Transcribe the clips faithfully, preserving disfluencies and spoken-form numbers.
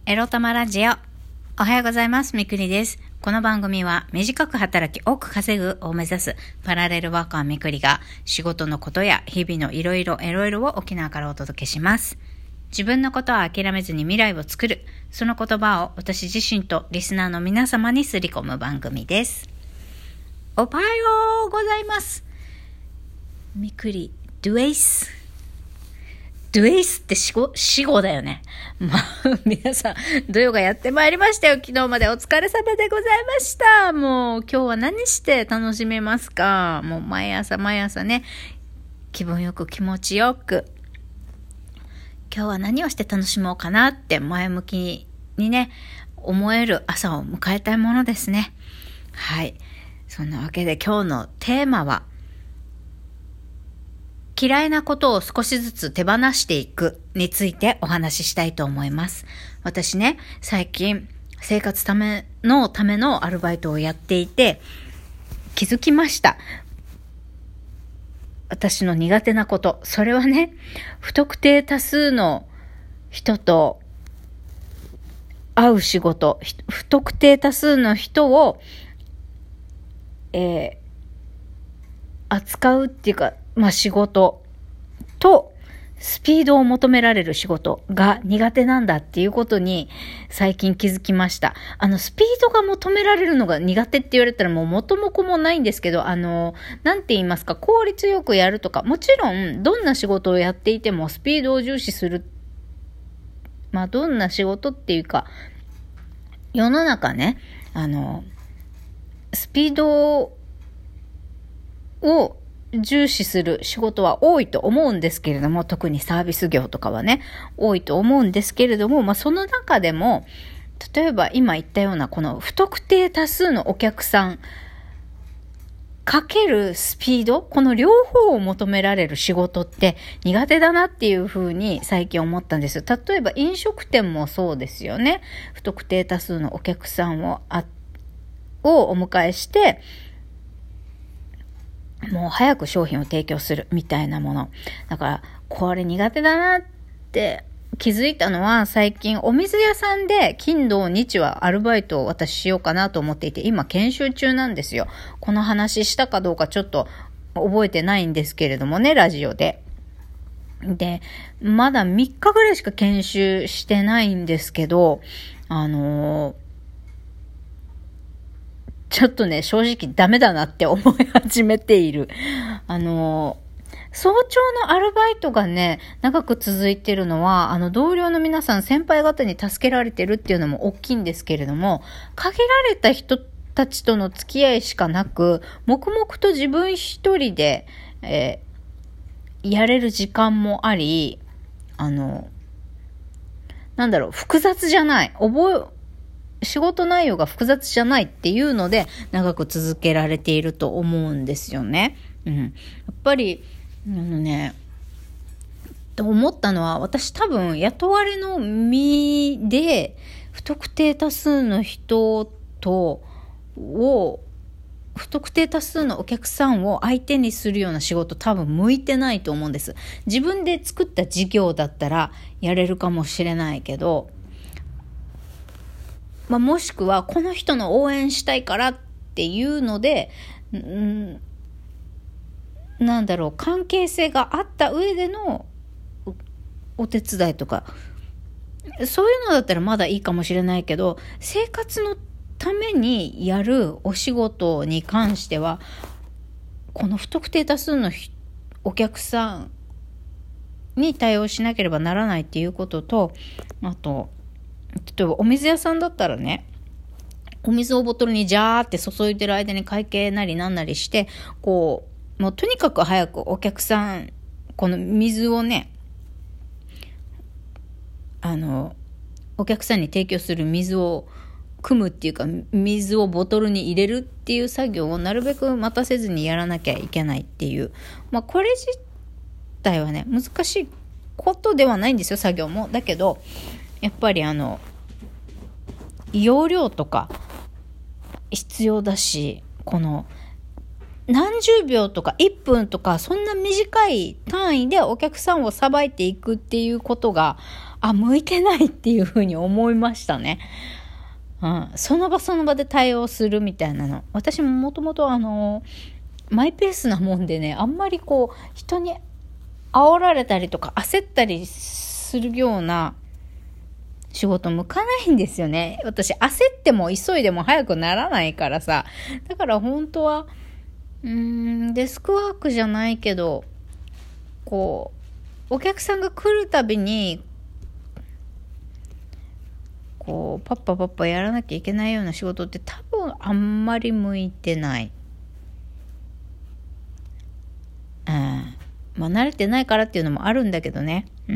エロ玉ラジオ。おはようございます。みくりです。この番組は短く働き多く稼ぐを目指すパラレルワーカーみくりが仕事のことや日々のいろいろエロエロを沖縄からお届けします。自分のことは諦めずに未来を作る。その言葉を私自身とリスナーの皆様にすり込む番組です。おはようございます。みくり、ドゥエイス。ドゥエイスって死語、死語だよね。まあ、皆さん、土曜がやってまいりましたよ。昨日までお疲れ様でございました。もう、今日は何して楽しめますか？もう、毎朝毎朝ね、気分よく気持ちよく、今日は何をして楽しもうかなって前向きにね、思える朝を迎えたいものですね。はい。そんなわけで今日のテーマは、嫌いなことを少しずつ手放していくについてお話ししたいと思います。私ね、最近生活ためのためのアルバイトをやっていて気づきました。私の苦手なこと、それはね、不特定多数の人と会う仕事、不特定多数の人を、えー、扱うっていうか、まあ仕事とスピードを求められる仕事が苦手なんだっていうことに最近気づきました。あのスピードが求められるのが苦手って言われたらもう元も子もないんですけど、あのなんて言いますか、効率よくやるとか、もちろんどんな仕事をやっていてもスピードを重視する、まあどんな仕事っていうか、世の中ね、あのスピードを重視する仕事は多いと思うんですけれども、特にサービス業とかはね、多いと思うんですけれども、まあその中でも、例えば今言ったようなこの不特定多数のお客さんかけるスピード、この両方を求められる仕事って苦手だなっていうふうに最近思ったんです。例えば飲食店もそうですよね。不特定多数のお客さんをあをお迎えして、もう早く商品を提供するみたいなもの。だから、これ苦手だなって気づいたのは、最近お水屋さんで金土日はアルバイトを私しようかなと思っていて、今研修中なんですよ。この話したかどうかちょっと覚えてないんですけれどもね、ラジオで。で、まだみっかぐらいしか研修してないんですけど、あのー、ちょっとね、正直ダメだなって思い始めている。あの、早朝のアルバイトがね、長く続いてるのは、あの、同僚の皆さん、先輩方に助けられてるっていうのも大きいんですけれども、限られた人たちとの付き合いしかなく、黙々と自分一人で、えー、やれる時間もあり、あの、なんだろう、複雑じゃない。覚え、仕事内容が複雑じゃないっていうので長く続けられていると思うんですよね。うん、やっぱりあのねと思ったのは、私多分雇われの身で不特定多数の人とを不特定多数のお客さんを相手にするような仕事多分向いてないと思うんです。自分で作った事業だったらやれるかもしれないけど、まあ、もしくはこの人の応援したいからっていうので、んなんだろう、関係性があった上でのお手伝いとか、そういうのだったらまだいいかもしれないけど、生活のためにやるお仕事に関しては、この不特定多数のお客さんに対応しなければならないっていうことと、あと例えばお水屋さんだったらね、お水をボトルにジャーって注いでる間に会計なりなんなりして、こうもうとにかく早くお客さん、この水をね、あのお客さんに提供する水を汲むっていうか、水をボトルに入れるっていう作業をなるべく待たせずにやらなきゃいけないっていう、まあこれ自体はね難しいことではないんですよ、作業も。だけどやっぱりあの容量とか必要だし、この何十秒とかいっぷんとかそんな短い単位でお客さんをさばいていくっていうことがあ、向いてないっていうふうに思いましたね。うん、その場その場で対応するみたいなの。私ももともとあの、マイペースなもんでね、あんまりこう、人に煽られたりとか焦ったりするような仕事向かないんですよね。私焦っても急いでも早くならないからさ。だから本当は、うーん、デスクワークじゃないけど、こう、お客さんが来るたびに、こうパッパパッパやらなきゃいけないような仕事って多分あんまり向いてない。うん。まあ慣れてないからっていうのもあるんだけどね。うん。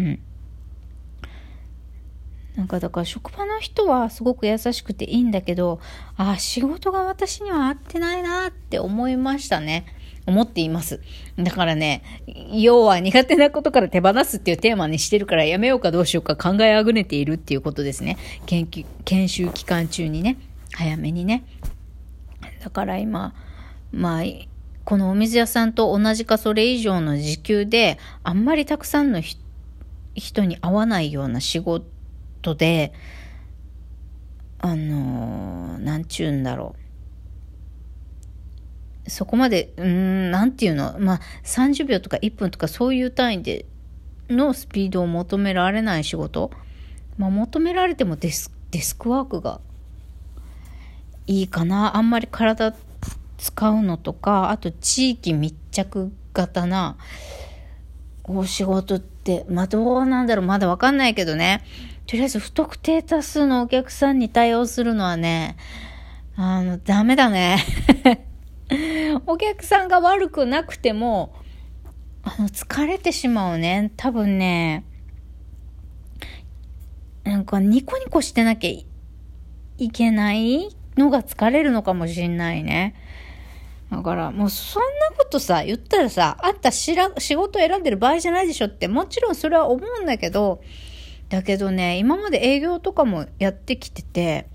なんかだから職場の人はすごく優しくていいんだけど、ああ、仕事が私には合ってないなって思いましたね。思っています。だからね、要は苦手なことから手放すっていうテーマにしてるからやめようかどうしようか考えあぐねているっていうことですね。研究、研修期間中にね、早めにね。だから今、まあ、このお水屋さんと同じかそれ以上の時給で、あんまりたくさんの人に合わないような仕事で、あのー、なんちゅうんだろう。そこまで、うーん、なんていうの、まあ、さんじゅうびょうとかいっぷんとかそういう単位でのスピードを求められない仕事。まあ、求められてもデス、デスクワークがいいかな。あんまり体使うのとか、あと地域密着型なお仕事って、まあ、どうなんだろう、まだわかんないけどね。とりあえず不特定多数のお客さんに対応するのはね、あの、ダメだね。お客さんが悪くなくても、あの、疲れてしまうね。多分ね、なんかニコニコしてなきゃいけないのが疲れるのかもしれないね。だからもうそんなことさ、言ったらさ、あんたしら仕事選んでる場合じゃないでしょって、もちろんそれは思うんだけど、だけどね、今まで営業とかもやってきてて、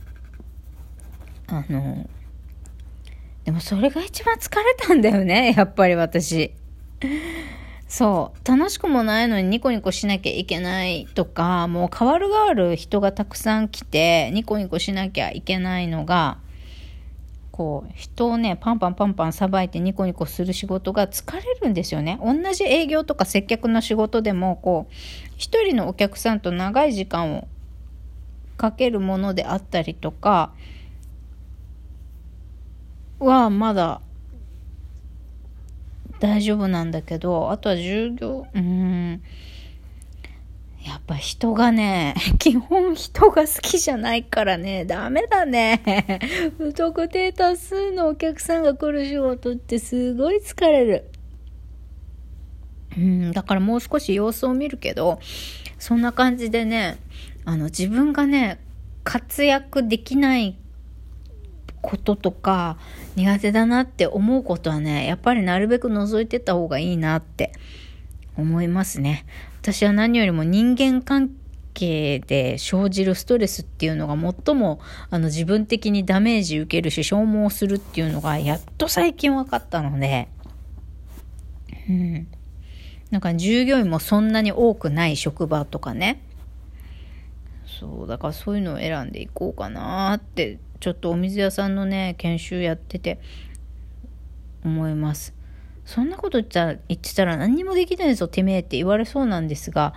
あの、でもそれが一番疲れたんだよね、やっぱり私。そう。楽しくもないのにニコニコしなきゃいけないとか、もう変わる変わる人がたくさん来て、ニコニコしなきゃいけないのが、こう、人をね、パンパンパンパンさばいてニコニコする仕事が疲れるんですよね。同じ営業とか接客の仕事でも、こう、一人のお客さんと長い時間をかけるものであったりとか、はまだ大丈夫なんだけど、あとは従業、うーん、やっぱ人がね、基本人が好きじゃないからね、ダメだね。不特定多数のお客さんが来る仕事ってすごい疲れる。うん、だからもう少し様子を見るけど、そんな感じでね、あの自分がね、活躍できないこととか苦手だなって思うことはね、やっぱりなるべく除いてった方がいいなって思いますね。私は何よりも人間関係で生じるストレスっていうのが最もあの自分的にダメージ受けるし消耗するっていうのがやっと最近分かったので、うん、なんか従業員もそんなに多くない職場とかね、そうだからそういうのを選んでいこうかなってちょっとお水屋さんのね研修やってて思います。そんなこと言ったら言ってたら何にもできないぞてめえって言われそうなんですが、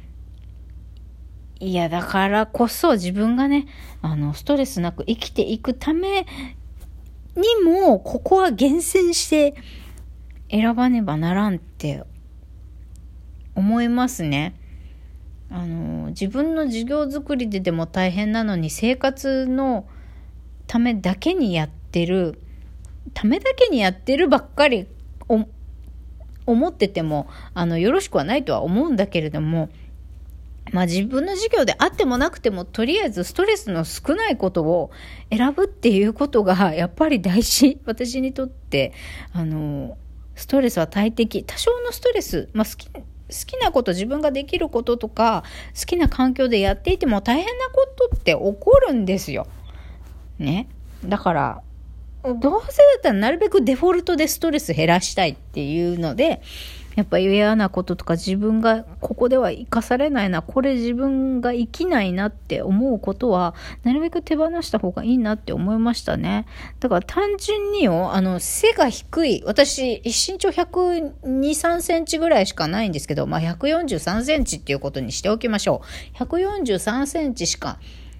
いやだからこそ自分がねあのストレスなく生きていくためにもここは厳選して選ばねばならんって思いますね。あの自分の事業作りででも大変なのに生活のためだけにやってるためだけにやってるばっかりお思っててもあのよろしくはないとは思うんだけれども、まあ自分の事業であってもなくてもとりあえずストレスの少ないことを選ぶっていうことがやっぱり大事。私にとってあのストレスは大敵。多少のストレス、まあ好き好きなこと、自分ができることとか好きな環境でやっていても大変なことって起こるんですよね。だからどうせだったらなるべくデフォルトでストレス減らしたいっていうのでやっぱり嫌なこととか自分がここでは生かされないな、これ自分が生きないなって思うことはなるべく手放した方がいいなって思いましたね。だから単純によ、あの背が低い、私身長ひゃくにじゅうさんセンチぐらいしかないんですけど、まあひゃくよんじゅうさんセンチっていうことにしておきましょう。ひゃくよんじゅうさんセンチしか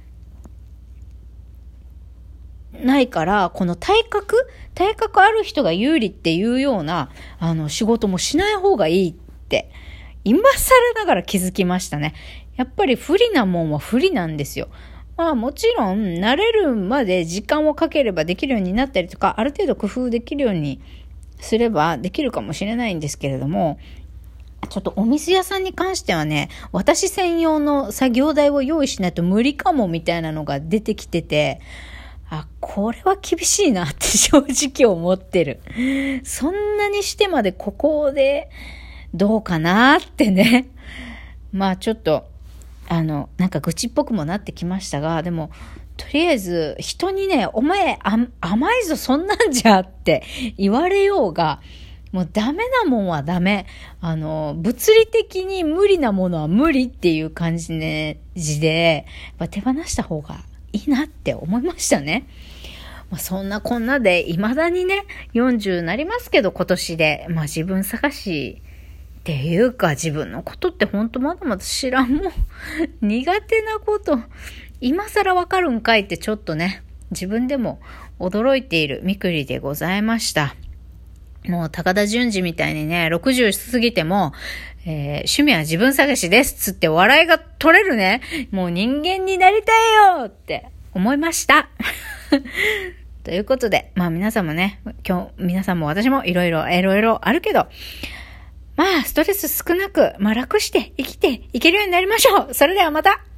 ないから、この体格体格ある人が有利っていうようなあの仕事もしない方がいいって今更ながら気づきましたね。やっぱり不利なもんは不利なんですよ。まあもちろん慣れるまで時間をかければできるようになったりとか、ある程度工夫できるようにすればできるかもしれないんですけれども、ちょっとお水屋さんに関してはね、私専用の作業台を用意しないと無理かもみたいなのが出てきてて、あ、これは厳しいなって正直思ってる。そんなにしてまでここでどうかなってね。まあちょっと、あの、なんか愚痴っぽくもなってきましたが、でも、とりあえず人にね、お前甘いぞそんなんじゃって言われようが、もうダメなもんはダメ。あの、物理的に無理なものは無理っていう感じで、やっぱ手放した方がいいなって思いましたね。まあ、そんなこんなで未だにねよんじゅうなりますけど、今年でまあ自分探しっていうか、自分のことってほんとまだまだ知らんもん苦手なこと今更わかるんかいってちょっとね自分でも驚いているみくりでございました。もう高田純次みたいにねろくじゅう過ぎても、えー、趣味は自分探しですつって笑いが取れるね、もう人間になりたいよって思いましたということで、まあ皆さんもね、今日皆さんも私もいろいろいろいろあるけど、まあストレス少なく、まあ楽して生きていけるようになりましょう。それではまた。